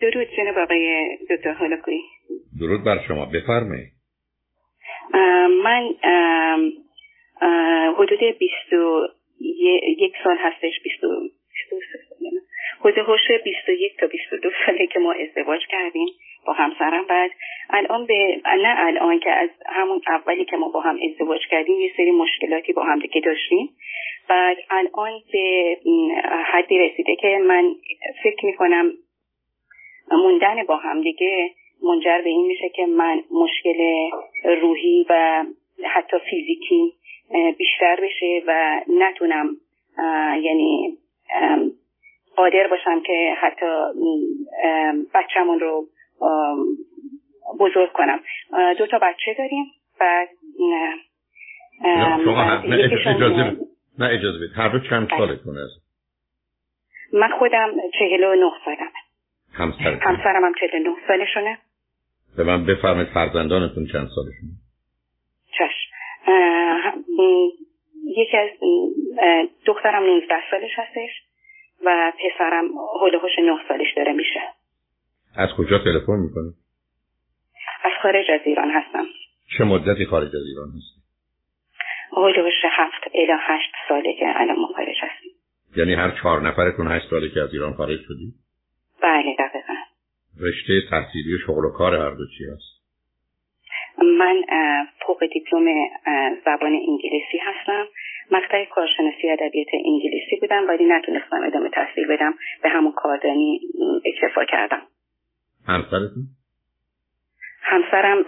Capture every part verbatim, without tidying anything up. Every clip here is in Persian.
درود جناب آقای دکتر هولاکویی. درود بر شما، بفرمایید. من ام ام حدود بیست و یک سال هستش، بیست و دو سال، حدود هوش بیست و یک تا بیست و دو ساله که ما ازدواج کردیم با همسرم. بعد الان به نه الان که از همون اولی که ما با هم ازدواج کردیم یه سری مشکلاتی با هم دیگه داشتیم. بعد الان به حدی رسیده که من فکر میکنم موندن با هم دیگه منجر به این میشه که من مشکل روحی و حتی فیزیکی بیشتر بشه و نتونم یعنی قادر باشم که حتی بچه‌مون رو بزرگ کنم. دو تا بچه داریم. بعد شما نه اجازه نه اجازه بدید. هر دو چند سالتون است؟ من خودم چهل و نه سالمه. همسرم همسرم هم چهل و نه سالشونه. به من بفرمایید فرزندانتون چند سالشونه؟ چشم. یکی از دخترم نوزده سالش هستش و پسرم هولوش نه سالش داره میشه. از کجا تلفن میکنید؟ از خارج از ایران هستم. چه مدتی خارج از ایران هستی؟ هولوش هفت الی هشت ساله که الان ما خارج هستیم. یعنی هر چهار نفرتون هشت ساله که از ایران خارج شدی؟ بله دقیقا. رشته تحصیلی شغل و کار هر دو چی هست؟ من فوق دیپلم زبان انگلیسی هستم. مقطع کارشناسی ادبیات انگلیسی بودم ولی نتونستم ادامه تحصیل بدم، به همون کاردانی اکتفا کردم. همسرتون؟ همسرم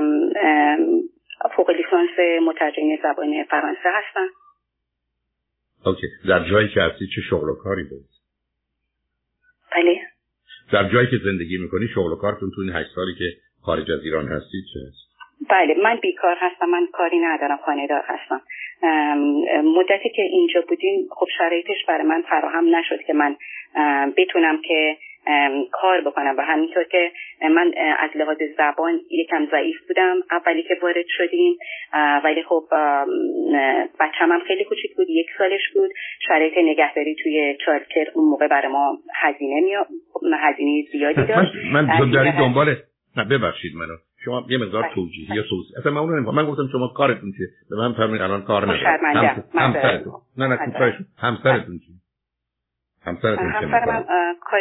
فوق لیسانس مترجم زبان فرانسه هستن. اوکی. در جایی که هستی چه شغل و کاری دارید؟ بله. در جایی که زندگی میکنی شغل و کارتون تو این هشت سالی که خارج از ایران هستید چه هست؟ بله من بیکار هستم، من کاری ندارم، خانه‌دار هستم. مدتی که اینجا بودیم خب شرایطش برای من فراهم نشد که من بتونم که کار بکنم و همینطور که من از لحاظ زبان یکم ضعیف بودم اولی که وارد شدیم، ولی خب بچه‌م هم خیلی کوچیک بود، یک سالش بود. شرایط نگهداری توی چایلدکر اون موقع برای ما هزینه میاد، هزینه زیادی داشت. من من داری دنبال نه ببخشید منو شما یه مقدار توضیحی یا توضیح اصلا من اون نمی‌فهمم. من گفتم شما کارتون چیه؟ به من فرمایید الان کار ندارم. همسرتون نه نه کوتاهش همسرتون چیه؟ همسرتون چه می‌کنه؟ همسرم کار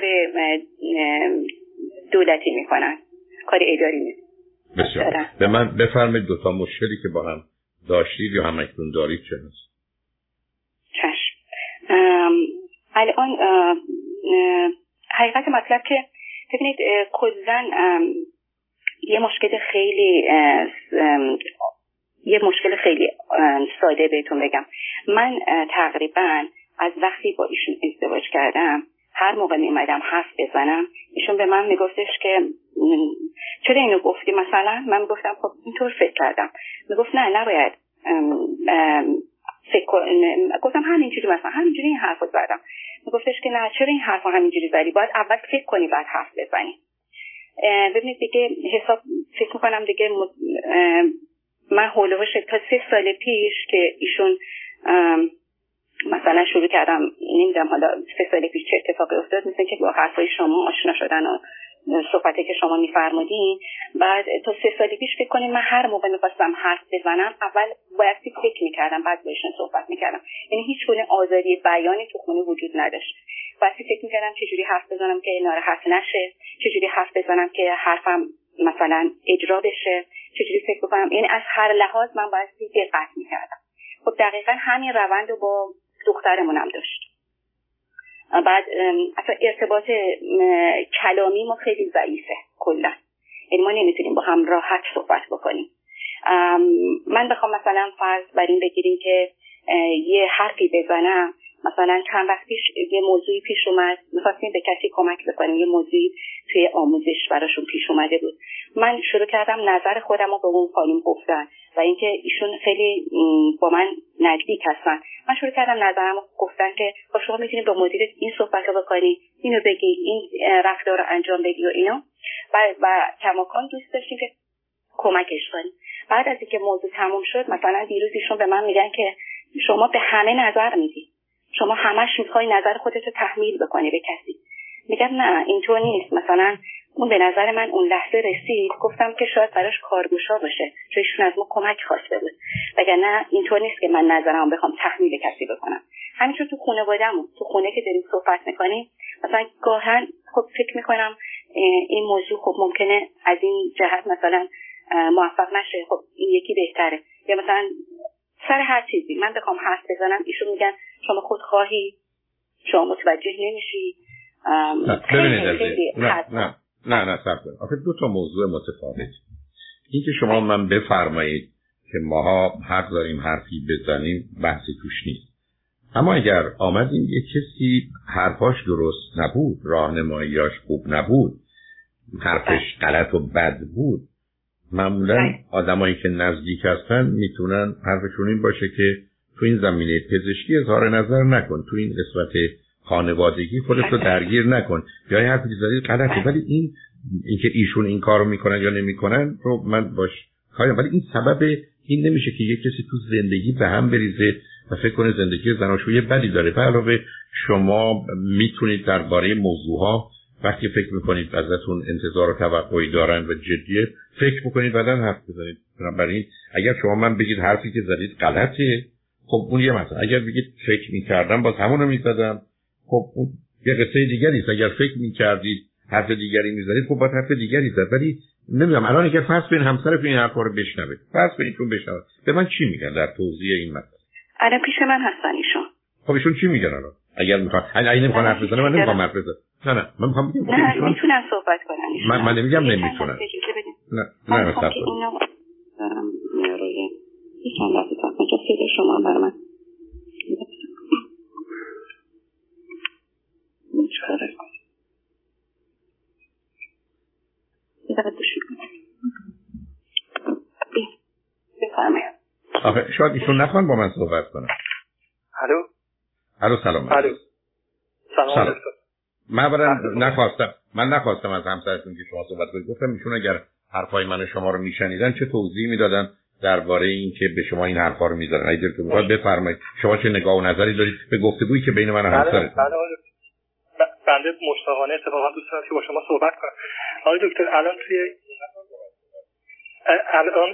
دولتی میکنن، کار اداری میکنن. بسیار. به من بفرمایید دو تا مشکلی که با هم داشتید یا هم اکنون دارید چه هست؟ چشم. الان حقیقت مطلب که ببینید کلاً یه مشکل خیلی یه مشکل خیلی ساده بهتون بگم. من تقریباً از وقتی با ایشون ازدواج کردم هر موقع می اومدم حرف بزنم ایشون به من میگفتش که چرا اینو گفتی مثلا؟ من میگفتم خب اینطور فکر کردم. میگفت نه نباید فکر گفتم همینجوری مثلا همینجوری این حرفو زدم. میگفتش که نه چرا این حرفو همینجوری زدی؟ باید اول فکر کنی بعد حرف بزنی. ببینید دیگه حساب فکر میکنم دیگه من هولوش تا سه سال پیش که ایشون مثلا شروع کردم نمیدونم حالا سه سال پیش چه اتفاقی افتاد، مثل که با حرفای شما آشنا شدن و صحبتی که شما میفرمودین. بعد تا سه سال پیش فکر کنین من هر موقع میخواستم حرف بزنم اول باید فکر میکردم بعد با ایشون صحبت میکردم. یعنی هیچ گونه آزادی بیانی تو خونه وجود نداشت. بعد فکر میکردم چجوری حرف بزنم که ناراحت نشه، چجوری حرف بزنم که حرفم مثلا اجرا بشه، چجوری فکر بکنم. یعنی از هر لحاظ من باید دقت میکردم. خب دقیقاً همین روند رو با دخترمونم داشت. بعد اصلا ارتباط کلامی ما خیلی ضعیفه کلا، یعنی ما نمیتونیم با هم راحت صحبت بکنیم. من بخوام مثلا فرض بر این بگیریم که یه حرفی بزنم، مثلا چند وقت پیش یه موضوعی پیش اومد می‌خواستیم به کسی کمک بکنیم، یه موضوعی توی آموزش براشون پیش اومده بود. من شروع کردم نظر خودم رو به اون خانم گفتن و اینکه ایشون خیلی با من نزدیک هستن. من شروع کردم نظرم رو گفتن که با شما میتونید با مدیرت این صحبت رو بکنی، اینو بگی، این رفتار رو انجام بدی و اینا. و و کماکان دوست داشتیم که کمکش کنیم. بعد از اینکه موضوع تموم شد، مثلا دیروز ایشون به من میگن که شما به همه نظر میدی، شما همش میخوای نظر خودت رو تحمیل بکنی به کسی. میگم نه اینطور نیست، مثلا اون به نظر من اون لحظه رسید، گفتم که شاید براش کارگوشا باشه چون ایشون از ما کمک خواسته بود، وگرنه اینطور نیست که من نظرم بخوام تحمیل کسی بکنم. همینطور تو خانواده‌مون، تو خونه که داریم صحبت میکنیم، مثلا گاهن خب فکر میکنم این موضوع خب ممکنه از این جهت مثلا موفق نشه، خب این یکی بهتره، یا مثلا سر هر چیزی من بخوام حرف بزنم ایشون میگن شما خودخواهی، شما متوجه نمیشی. ببینید نه نه نه نه صبر کنید. آخه دو تا موضوع متفاوت. این که شما من بفرمایید که ماها حق داریم حرفی بزنیم بحثی توش نیست. اما اگر آمدیم یه کسی حرفاش درست نبود، راهنماییاش خوب نبود، حرفش غلط و بد بود، معمولا آدمایی که نزدیک هستن میتونن حرفشون این باشه که تو این زمینه پزشکی اظهار نظر نکن، تو این قسمت خانوادگی خودتو درگیر نکن، یا این حرفی که زدید غلطه. ولی این اینکه ایشون این کارو میکنن یا نمیکنن رو من باش کارم، ولی این سبب این نمیشه که یک کسی تو زندگی به هم بریزه و فکر کنه زندگی زناشویی بدی داره. به علاوه شما میتونید درباره موضوعها وقتی فکر میکنید ازتون انتظار و توقعی دارن و جدیه فکر میکنید بعداً حرف بزنید. بنابراین اگر شما من بگید حرفی که زدید غلطه، خب اون یه مسئله. اگر بگید فکر میکردم باز همونو میزدم، خب اون یه قصه دیگری است. اگر فکر میکردید حرف دیگری میزدید خب باید حرف دیگری زد. ولی نمیدونم الان اگر فرض کنید همسرتون این حرفا رو بشنوه، فرض کنید چون بشنوه، به من چی میگن در توضیح این مسئله؟ الان پیش من هستن ایشون. خب ایشون چی میگن الان؟ اگر میخواد اگه نمیخواد حرف بزنه من نمیخوام حرف بزنم. نه نه من میخوام بگم نه ایشون میتونن صحبت کنن. من من نمیگم نمیتونن. نه نه نه صحبت اینو دارم روی چند لحظه تا کجا صدا شما برام من چاره بذار دوشی بفرمایید. آخه شاید ایشون نخوان با من صحبت کنن. الو الو سلام. الو سلام. من برام نخواستم من نخواستم از همسرتون که شما صحبت کنید. گفتم ایشون اگر حرفای من شما رو میشنیدن چه توضیحی میدادن درباره این که به شما این حرفا رو میذارن. اگه دلتون میخواد بفرمایید شما چه نگاه و نظری دارید به گفتگویی که بین من و همسرتون. بنده مشتاقانه اتفاقا دوست دارم که با شما صحبت کنم. آقای دکتر الان توی الان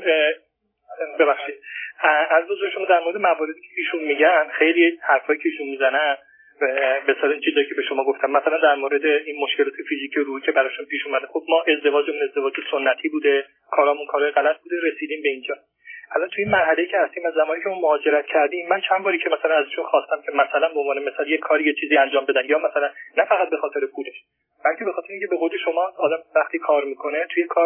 ببخشید از بزرگ شما در مورد مواردی که ایشون میگن، خیلی حرفایی که ایشون میزنن به صورت چیزایی که به شما گفتم، مثلا در مورد این مشکلات فیزیکی روحی که براشون پیش اومده. خب ما ازدواجمون ازدواج سنتی بوده، کارامون کارهای غلط بوده، رسیدیم به اینجا. الان توی این مرحله که هستیم از زمانی که ما مهاجرت کردیم، من چند باری که مثلا ازشون خواستم که مثلا به عنوان مثلا یه کاری یه چیزی انجام بدن، یا مثلا نه فقط به خاطر پولش، بلکه به خاطر اینکه به قول شما آدم وقتی کار میکنه توی کار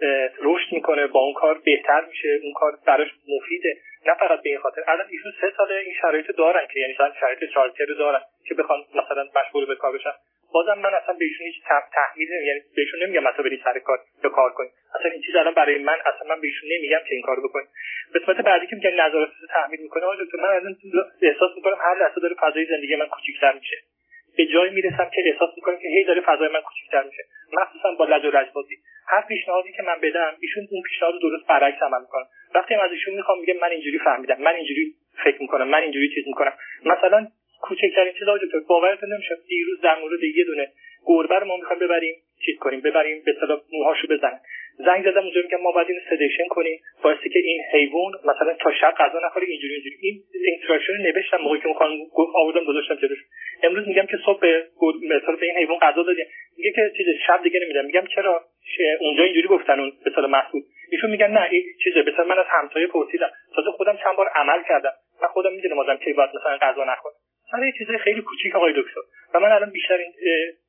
رشد میکنه، با اون کار بهتر میشه، اون کار براش مفیده، نه فقط به این خاطر. الان ایشون سه ساله این شرایط دارن که یعنی شرایط چارتی رو دارن که بخوان مثلا مشغول به کار بشن. بازم من اصلا بهشون هیچ تحمیل یعنی بهشون نمیگم مثلا برید سر کار یا کار کنید، اصلا این چیز الان برای من اصلا من بهشون نمیگم که این کارو بکنید. قسمت بعدی که میگن نظارت رو تحمیل میکنه، آقا دکتر من الان احساس میکنم هر لحظه داره فضای زندگی من کوچیک‌تر میشه. به جایی میرسم که احساس میکنم که هی داره فضای من کوچیک‌تر میشه، مخصوصا با لج و لجبازی. هر پیشنهادی که من بدم ایشون اون پیشنهاد رو درست برعکس عمل میکنن. وقتی من از ایشون میخوام میگم من اینجوری فهمیدم، من اینجوری فکر میکنم، من اینجوری چیز میکنم، مثلا کوچکترین چیزا جو باورتون نمیشه دیروز در مورد یه دونه گربه رو ما میخوایم ببریم چیز کنیم، ببریم به اصطلاح موهاشو بزنن. زنگ زدم اونجا میگم ما باید اینو سدیشن کنیم واسه که این حیوان مثلا تا شب غذا نخوره، اینجوری اینجوری. این اینستراکشن نوشتم موقعی که میخوام گفت آوردم گذاشتم جلوش. امروز میگم که صبح به مثلا به این حیوان غذا دادیم، میگه که چیز شب دیگه نمیدم. میگم چرا اونجا اینجوری گفتن اون به اصطلاح محسوب. ایشون میگن نه این چیزه مثلا من از همسایه پرسیدم، تازه خودم چند بار عمل کردم، من خودم میدونم آدم کی باید مثلا غذا نخوره. مثلا یه چیزای خیلی کوچیک آقای دکتر. و من الان بیشتر این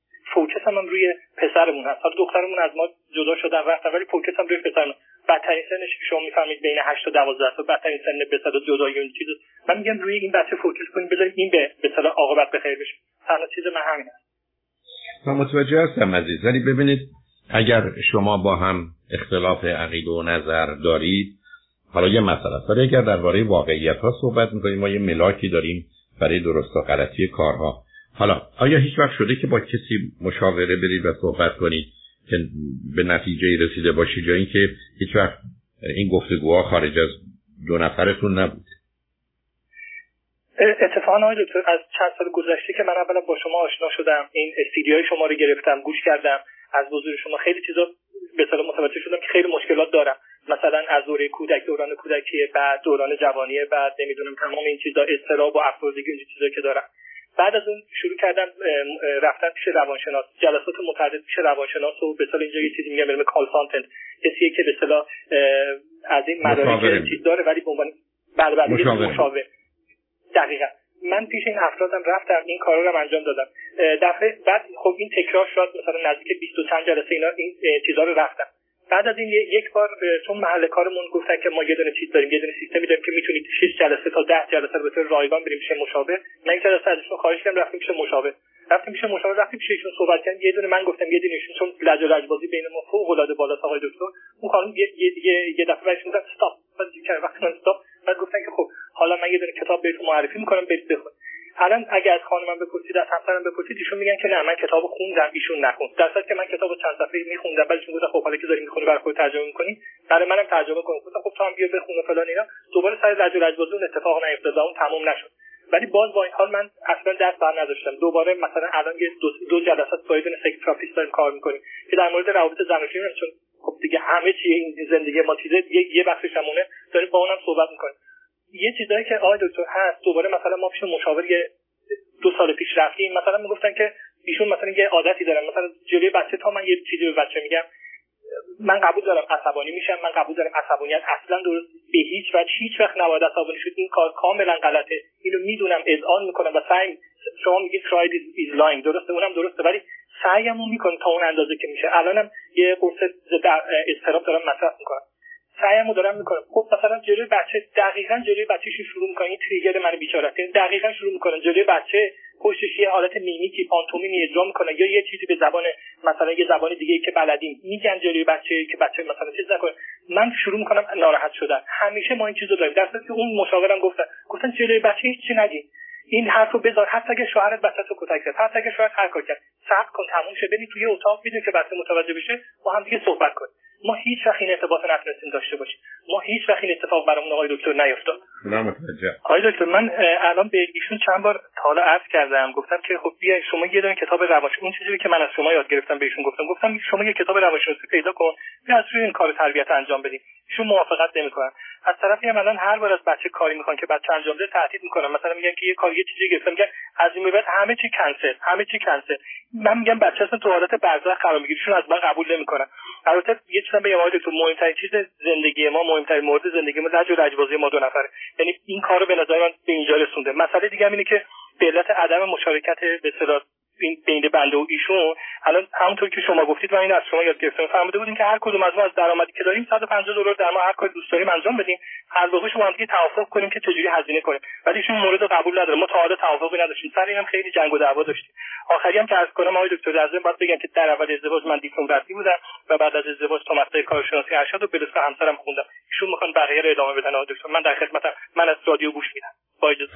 فوکسم هم روی پسرمون هست. حالا دخترمون از ما جدا شدن رفتن، ولی فوکسم روی پسرمون. بدترین سنش که شما میفهمید بین هشت تا دوازده سال، بدترین سن به اصطلاح جدایی اون چیز. من میگم روی این بچه فوکس کنیم، بذارید این به به اصطلاح عاقبت بخیر بشه. تنها چیز من همین است. من متوجه هستم عزیز، ولی ببینید اگر شما با هم اختلاف عقیده و نظر دارید، حالا یه مسئله است، ولی اگر درباره واقعیت‌ها صحبت می‌کنیم، ما یه ملاکی داریم برای درست و غلطی کارها. حالا آیا هیچ وقت شده که با کسی مشاوره برید و صحبت کنید که به نتیجه رسیده باشید، یا اینکه هیچ وقت این گفتگوها خارج از دو نفرتون نبوده؟ اتفاقا آقای دکتر از چند سال گذشته که من اولا با شما آشنا شدم، این استودیوهای شما رو گرفتم، گوش کردم، از حضور شما خیلی چیزا به اصطلاح متوجه شدم که خیلی مشکلات دارم، مثلا از دوره کودک، دوران کودکی، بعد دوران جوانی، بعد نمیدونم تمام این چیزا، اضطراب و افسردگی این چیزا که دارم. بعد از اون شروع کردم رفتن پیش روانشناس، جلسات متعدد پیش روانشناس و به اصطلاح اینجا یه چیزی میگم به اسم کالسانتنت، کسیه که به اصطلاح از این مدارک چیز داره ولی به عنوان بله مشاور. دقیقاً من پیش این افرادم رفتم، این کارا رو انجام دادم. دفعه بعد خب این تکرار شد، مثلا نزدیک بیست و چند جلسه اینا این چیزا رو رفتم. بعد از این یک بار چون محل کارمون گفتن که ما یه دونه چیز داریم، یه دونه سیستمی داریم که میتونید شش جلسه تا ده جلسه به طور رایگان بریم پیش مشاور. من این جلسه ازشون خواهش کردم، رفتیم پیش مشاور. رفتیم پیش مشاور، رفتیم پیش ایشون صحبت کردیم. یه دونه من گفتم، یه دونه ایشون، چون لج و لجبازی بین ما فوق العاده بالاست آقای دکتر. اون خانم یه یه یه دفعه بهش گفتم استاپ، بعد دیگه وقتی من استاپ، بعد گفتن که خب حالا من یه دونه کتاب بهتون معرفی میکنم، برید بخونید. الان اگه از خانمم بپرسید، از همسرم بپرسید، ایشون میگن که نه من کتاب خوندم، ایشون نخوند. در صورتی که من کتابو چند صفحه‌ای میخوندم، بعدش میگفتن خب حالا که داری میخونی برای خودت ترجمه میکنی، برای منم ترجمه کن. گفتم خب تو هم بیا بخون و فلان اینا. دوباره سر لج و لجبازی اون اتفاق نیفتاد، اون تموم نشد. ولی باز با این حال من اصلا دست بر نداشتم. دوباره مثلا الان یه دو, دو جلسات با یه سکس تراپیست داریم کار میکنیم که در مورد روابط زناشویی، چون خب دیگه همه چی این زندگی ما چیزه یه, یه بخشش همونه، داریم با اونم صحبت میکنیم. یه چیزایی که آقای دکتر هست، دوباره مثلا ما پیش مشاور دو سال پیش رفتیم، مثلا میگفتن که ایشون مثلا یه عادتی دارن، مثلا جلوی بچه تا من یه چیزی به بچه میگم، من قبول دارم عصبانی میشم، من قبول دارم عصبانیت اصلا درست به هیچ وجه هیچ وقت نباید عصبانی شد، این کار کاملا غلطه، اینو میدونم، اذعان میکنم و سعی، شما میگید tried is lying، درسته، اونم درسته، ولی سعیمو میکنم تا اون اندازه که میشه. الانم یه قرص اضطراب دارم مصرف میکنم، سعیمو دارم میکنم. خب مثلا جلوی بچه، دقیقاً جلوی بچه‌ش شروع میکنه، این تریگر من بیچاره، دقیقاً شروع میکنه جلوی بچه پشتش یه حالت میمیکی پانتومیمی اجرا میکنه، یا یه چیزی به زبان مثلا یه زبان دیگه که بلدیم میگن جلوی بچه که بچه مثلا چیز نکنه، من شروع میکنم ناراحت شدن. همیشه ما این چیزو داریم، در صورتی که اون مشاورم گفتن گفتن جلوی بچه هیچ چی نگی، این حرفو بذار، حتی اگه شوهرت بچه‌تو کتک زد، حتی اگه شوهرت هر کار کرد، صبر کن تموم شه، برید توی اتاق، بدون که بچه متوجه بشه با هم دیگه صحبت کنیم. ما هیچ وقت این ارتباط نتونستیم داشته باشیم، ما هیچ وقت این اتفاق برامون آقای دکتر نیفتاد. آقای دکتر من الان به ایشون چند بار تا حالا عرض کردم، گفتم که خب بیا شما یه دونه کتاب روانشناسی، اون چیزی که من از شما یاد گرفتم بهشون گفتم، گفتم شما یه کتاب روانشناسی پیدا کن، بیا از روی این کار تربیت انجام بدین. ایشون موافقت نمیکنن. از طرفی هم الان هر بار از بچه کاری میخوان که بچه انجام بده تهدید میکنن، مثلا میگن که یه کار یه چیزی گفتم، میگن از این به بعد همه چی کنسل، همه چی کنسل. من میگم بچه اصلا تو حالت برزخ قرار میگیره، ایشون از من قبول نمیکنن. البته یه چیزا بگم آقای دکتر، مهمترین چیز زندگی ما، مهمترین مورد زندگی ما لج و لجبازی ما دو نفره، یعنی این کارو به نظر من به اینجا رسونده. مسئله دیگه هم اینه که به علت عدم مشارکت به اصطلاح این بین بنده و ایشون، الان همونطور که شما گفتید من این از شما یاد گرفتم، فهمیده بودیم که هر کدوم از ما از درآمدی که داریم صد و پنجاه دلار در ماه هر کاری دوست داریم انجام بدیم، هر واقع شما هم دیگه توافق کنیم که چجوری هزینه کنیم، ولی ایشون مورد قبول نداره. ما تا حالا توافقی نداشتیم، سر اینم خیلی جنگ و دعوا داشتیم. آخری هم که از کنم آقای دکتر لازم باید بگم که در اول ازدواج من دیپلم برسی بودم و بعد از ازدواج تا مقطع کارشناسی ارشد و بلوس همسرم خوندم. ایشون میخوان بقیه رو ادامه بدن. آقای دکتر من در خدمتم، من از رادیو گوش میدم. با اجازه.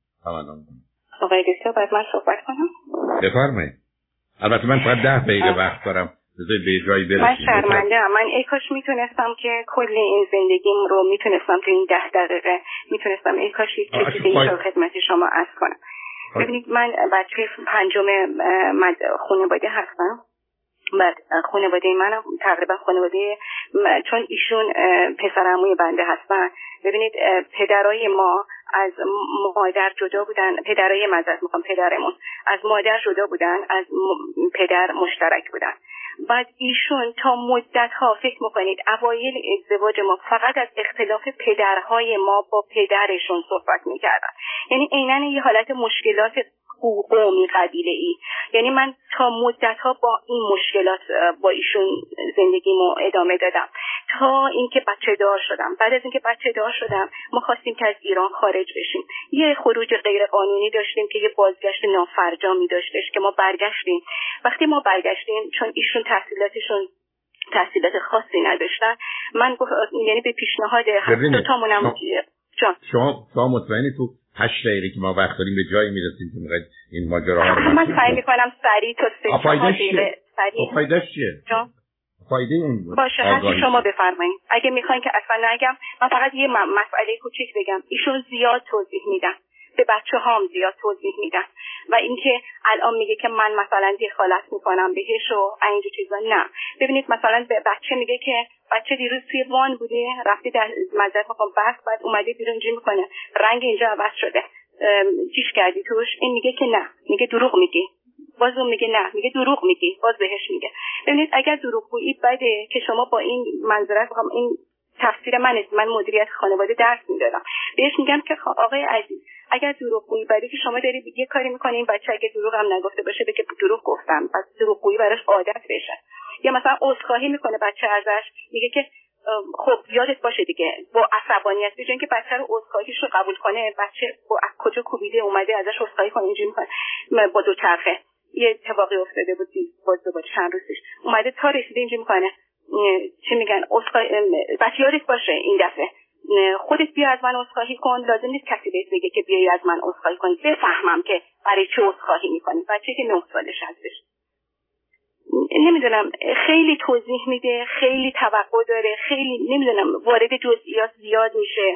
آقای دکتر بعد من صحبت کنم. بفرمایید. البته من فقط ده دقیقه وقت دارم، بذار به جایی برسیم. من شرمنده، من ای کاش میتونستم که کل این زندگیم رو میتونستم تو این ده دقیقه میتونستم ای کاش یک چیزی اینجا خدمت شما عرض کنم. ببینید من بچه پنجم خانواده هستم. بعد خانواده من تقریبا خانواده، چون ایشون پسر عموی بنده هستن. ببینید پدرای ما از مادر جدا بودن، پدرای مزد میخوام پدرمون از مادر جدا بودن، از پدر مشترک بودن. بعد ایشون تا مدت ها فکر میکنید اوایل ازدواج ما فقط از اختلاف پدرهای ما با پدرشون صحبت میکردن، یعنی عیناً یه حالت مشکلات قومی قبیله ای. یعنی من تا مدت ها با این مشکلات با ایشون زندگیمو ادامه دادم تا اینکه بچه دار شدم. بعد از اینکه بچه دار شدم ما خواستیم که از ایران خارج بشیم، یه خروج غیر قانونی داشتیم که یه بازگشت نافرجامی داشتش که ما برگشتیم. وقتی ما برگشتیم چون ایشون تحصیلاتشون تحصیلات خاصی نداشتن، من یعنی به پیشنهاد هر تامونم جان شما شما مطمئنی تو هشت دقیقه که ما وقت داریم به جایی میرسیم که میخواید این ماجراها رو من سعی میکنم سریع تا سه دقیقه سریع. فایدهش چیه؟ جان فایده اون باشه هرچی شما بفرمایید. اگه میخواین که اصلا نگم، من فقط یه مسئله کوچیک بگم. ایشون زیاد توضیح میدن به بچه هام زیاد توضیح میدن و اینکه الان میگه که من مثلا دخالت میکنم بهش و اینجور چیزا. نه، ببینید مثلا به بچه میگه که بچه دیروز توی وان بوده، رفتی در مزرعه میخوام بس، بعد اومده بیرون اینجوری میکنه رنگ اینجا عوض شده، چیش کردی توش؟ این میگه که نه، میگه دروغ میگی. باز اون میگه نه، میگه دروغ میگی. باز بهش میگه. ببینید اگر دروغگویی بده که شما با این منظره بخوام، این تفسیر منه، من مدیریت خانواده درس میدادم، بهش میگم که آقای عزیز اگر دروغگویی بده که شما داری یه کاری میکنی این بچه اگه دروغ هم نگفته باشه بگه دروغ گفتم، پس دروغگویی براش عادت بشه. یا مثلا عذرخواهی میکنه بچه ازش، میگه که خب یادت باشه دیگه، با عصبانیت به جای اینکه بچه رو عذرخواهیش رو قبول کنه، بچه با از کجا کوبیده اومده ازش عذرخواهی کنه، اینجوری میکنه با دو چرخه. یه اتفاقی افتاده بود باز دوباره چند روز پیش اومده تا رسیده اینجوری میکنه، چی میگن، عذرخواهی بچه یادت باشه این دفعه خودت بیا از من عذرخواهی کن، لازم نیست کسی بهت بگه که بیای از من عذرخواهی کنی، بفهمم که برای چه عذرخواهی میکنی. بچه که نه سالش هستش، نمیدونم، خیلی توضیح میده، خیلی توقع داره، خیلی نمیدونم وارد جزئیات زیاد میشه.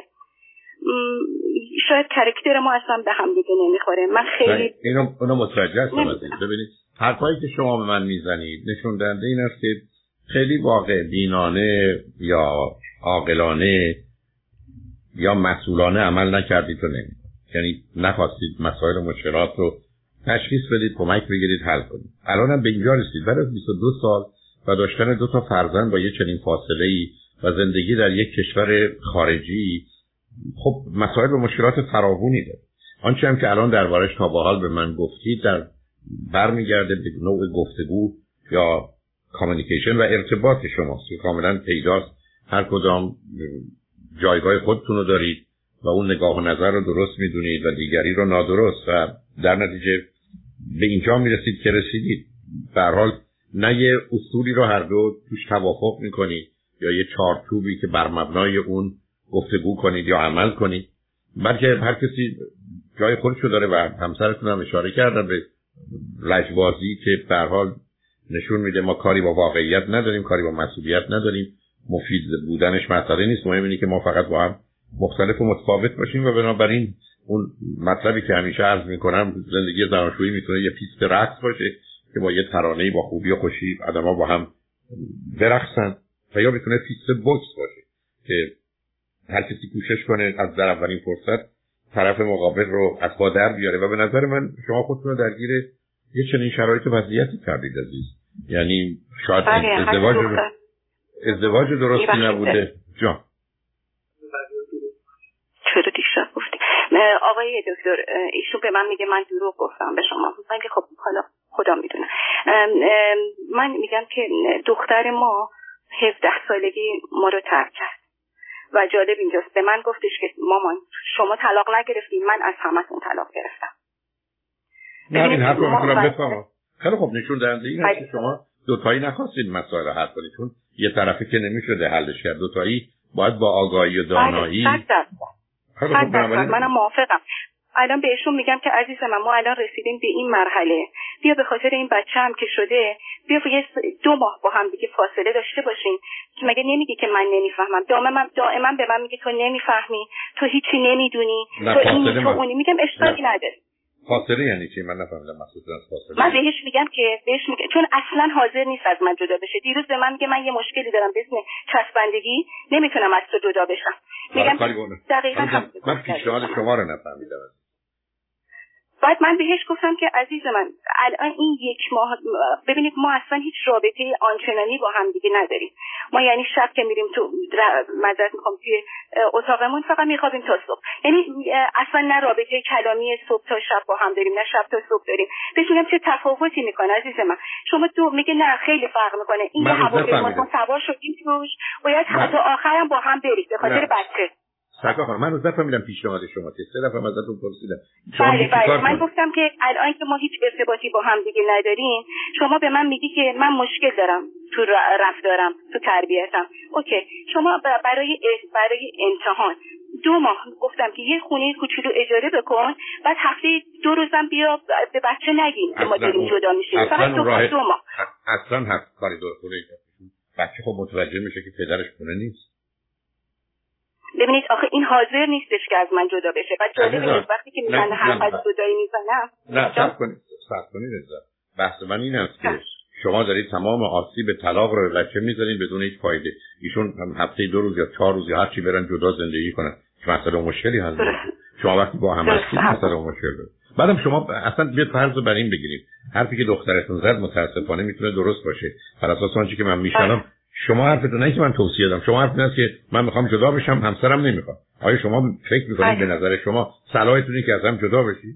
شاید کاراکتر ما اصلا به هم دیگه نمیخوره. من خیلی اینو اونو متوجه هستم. ببینید حرفایی که شما به من میزنید نشون دهنده این است که خیلی واقع بینانه یا عاقلانه یا مسئولانه عمل نکردید و نمیدونید، یعنی نخواستید مسائل و مشکلات رو تشخیص بدید، کمک بگیرید، حل کنید. الان هم به اینجا رسید بعد از بیست و دو سال و داشتن دو تا فرزند با یه چنین فاصله‌ای و زندگی در یک کشور خارجی، خب مسائل و مشکلات فراوانی داره. آنچه هم که الان دربارش تا به حال به من گفتید در برمیگرده به نوع گفتگو یا کامیونیکیشن و ارتباط شماست که کاملا پیداست هر کدام جایگاه خودتون رو دارید و اون نگاه و نظر رو درست میدونید و دیگری رو نادرست و در نتیجه به اینجا میرسید که رسیدید. به هر حال نه یه اصولی رو هر دو توش توافق میکنید یا یه چارچوبی که بر مبنای اون گفتگو کنید یا عمل کنید، بلکه هر کسی جای خودشو داره و همسرتون هم اشاره کردن به لجبازی که به هر حال نشون میده ما کاری با واقعیت نداریم، کاری با مسئولیت نداریم، مفید بودنش مسئله نیست، مهم اینه که ما فقط با هم مختلف و متفاوت باشیم و بنابراین اون مطلبی که همیشه عرض میکنم زندگی زناشویی میتونه یه پیست رقص باشه که با یه ترانه‌ای با خوبی و خوشی آدم‌ها با هم برقصن و یا میتونه پیست بوکس باشه که هر کسی کوشش کنه از در اولین فرصت طرف مقابل رو از پا در بیاره و به نظر من شما خودتون رو درگیر یه چنین شرایط و وضعیتی کردید عزیز. یعنی شاید ازدواج ازدواج درستی نبوده. جان چرا دیشب گفتی؟ آقای دکتر ایشون به من میگه من دروغ گفتم به شما. من که خب حالا خدا میدونه. من میگم که دختر ما هفده سالگی ما رو ترک کرد و جالب اینجاست به من گفتش که مامان شما طلاق نگرفتین، من از همتون طلاق گرفتم. نه این حرف رو مثلا بفهمم. خیلی خب نشون دهنده این هست که شما دوتایی نخواستید مسائل رو حل کنید، چون یه طرفی که نمیشده حلش کرد، دوتایی باید با آگاهی و دانایی. خیلی خب منم موافقم. الان بهشون میگم که عزیز من ما الان رسیدیم به این مرحله، بیا به خاطر این بچه هم که شده بیا یه دو ماه با هم دیگه فاصله داشته باشین. مگه نمیگه که من نمیفهمم؟ دائما دائما به من میگه تو نمیفهمی، تو هیچی نمیدونی، تو این تو اونی. میگم اشکالی نداره. فاصله یعنی چی؟ من نفهمیدم مقصودت از فاصله. من بهش میگم که بهش میگم چون اصلا حاضر نیست از من جدا بشه. دیروز به من میگه من یه مشکلی دارم به اسم چسبندگی، نمیتونم از تو جدا بشم. میگم دقیقاً هم من پیشنهاد شما رو نفهمیدم. بعد من بهش گفتم که عزیز من الان این یک ماه ببینید ما اصلا هیچ رابطه آنچنانی با هم دیگه نداریم. ما یعنی شب که میریم تو مدرسه میخوام توی اتاقمون فقط میخوابیم تا صبح، یعنی اصلا نه رابطه کلامی صبح تا شب با هم داریم نه شب تا صبح داریم. بهش میگم چه تفاوتی میکنه عزیز من؟ شما دو میگه نه خیلی فرق میکنه. این هواپیما ما سوار شدیم توش باید تا آخرم با هم برید به خاطر بچه. سرکار خانم من روز فهمیدم پیشنهاد شما که سه دفعه ازتون پرسیدم. بله بله من گفتم که الان که ما هیچ ارتباطی با هم دیگه نداریم، شما به من میگی که من مشکل دارم تو رفتارم تو تربیتم. اوکی شما برای برای امتحان دو ماه گفتم که یه خونه کوچولو اجاره بکن، بعد هفته دو روزم بیا به بچه نگین که ما داریم جدا میشیم. فقط دو, دو ماه اصلا هفت برای دو خونه بچه خب متوجه میشه که پدرش خونه نیست. ببینید آخه این حاضر نیستش که از من جدا بشه. بعد جالبه وقتی که میگن حرف از جدایی میزنم. نه صبر کنید صبر کنید رضا. بحث من این است که شما دارید تمام آسیب طلاق رو بچه میذارین بدون هیچ فایده. ایشون هفته دو روز یا چهار روز یا هر چی برن جدا زندگی کنن. مسئله مشکلی هست. شما وقتی با هم هستید مسئله مشکل داره. بعدم شما اصلا بیاد فرض رو بر این بگیریم حرفی که دخترتون زد متاسفانه میتونه درست باشه بر اساس آنچه که من میشنم. شما حرفتون نه که من توصیه دادم، شما حرف اینه که من میخوام جدا بشم همسرم نمیخواد. آیا شما فکر میکنید به نظر شما صلاحیتونه که از هم جدا بشید؟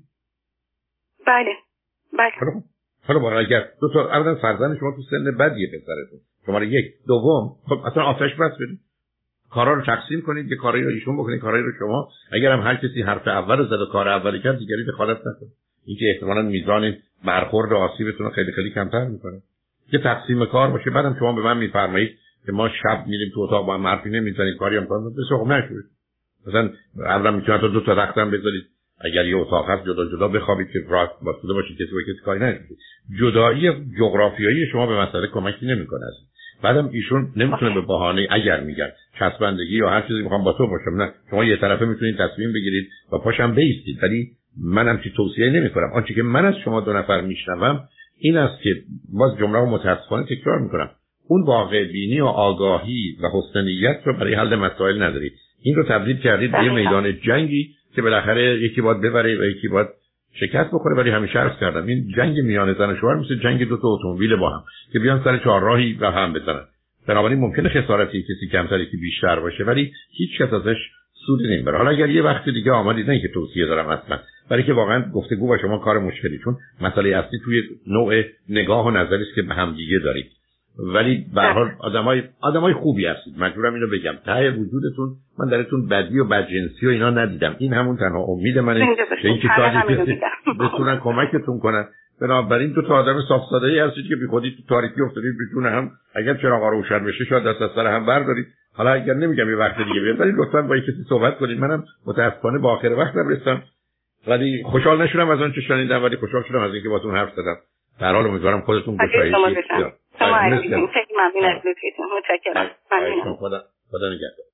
بله بله. حالا حالا اگر دو تا اولا فرزند شما تو سن بدیه پسرتون، شما یک دوم خب اصلا آتش بس بدید، کارا رو تقسیم کنید، یه کاری رو ایشون بکنید کاری رو شما. اگر هم هر کسی حرف اول رو زد و کار اولی کرد دیگری دخالت نکنید. این که احتمالاً میزان برخورد و آسیبتون رو خیلی خیلی کمتر میکنه. یه تقسیم کار باشه. بعدم شما به من میفرمایید که ما شب میریم تو اتاق با هم حرفی نمیزنیم کاری هم کنیم بسیار خوب نشوید. مثلا اولا میتونید تا دو تا تختم بذارید، اگر یه اتاق هست جدا جدا بخوابید که راحت واسطه باشید کسی با کسی کاری نکنید. جدایی جغرافیایی شما به مسئله کمکی نمیکنه. بعدم ایشون نمیتونه به بهانه اگر میگن چسبندگی یا هر چیزی میخوام با تو باشم، نه شما یه طرفه میتونید تصمیم بگیرید و پاشم بیستید. ولی منم چی توصیه نمیکنم. آنچه که من از شما دو نفر میشنوم این است که باز جمله رو متاسفانه تکرار میکنم، اون واقع بینی و آگاهی و حسن نیت رو برای حل مسائل ندارید. این رو تبدیل کردید به یه میدان جنگی که بالاخره یکی باید ببره و یکی باید شکست بخوره. ولی همیشه عرض کردم این جنگ میان زن و شوهر مثل جنگ دو تا اتومبیل با هم که بیان سر چهارراهی و هم بزنن. بنابراین ممکنه خسارتی کسی کمتر یکی بیشتر باشه ولی هیچ کس ازش سودی نمیبره. حالا اگر یه وقت دیگه آمدید نه که توصیه دارم اصلا، برای که واقعا گفتگو با شما کار مشکلی، چون مسئله اصلی توی نوع نگاه و نظری است که به هم دیگه دارید. ولی به هر حال آدمای آدمای خوبی هستید، مجبورم اینو بگم. ته وجودتون من درتون بدی و بدجنسی و اینا ندیدم. این همون تنها امید منه که این کسی بتونن کمکتون کنن. بنابراین دو تا آدم صاف ساده ای هستید که بیخودی تو تاریکی افتادید بتونه هم اگر چراغا روشن بشه شاید دست از سر هم بردارید. حالا اگر نمیگم یه وقت دیگه بیاد ولی لطفاً با کسی صحبت کنید. منم متاسفانه با آخر وقتم رسیدم ولی خوشحال نشدم از اون چه شنیدم ولی خوشحال شدم از اینکه باهاتون حرف زدم. در حال امیدوارم خودتون گشایش شما خیلی ممنون از لطفتون. متشکرم. خدا خدا نگهدار.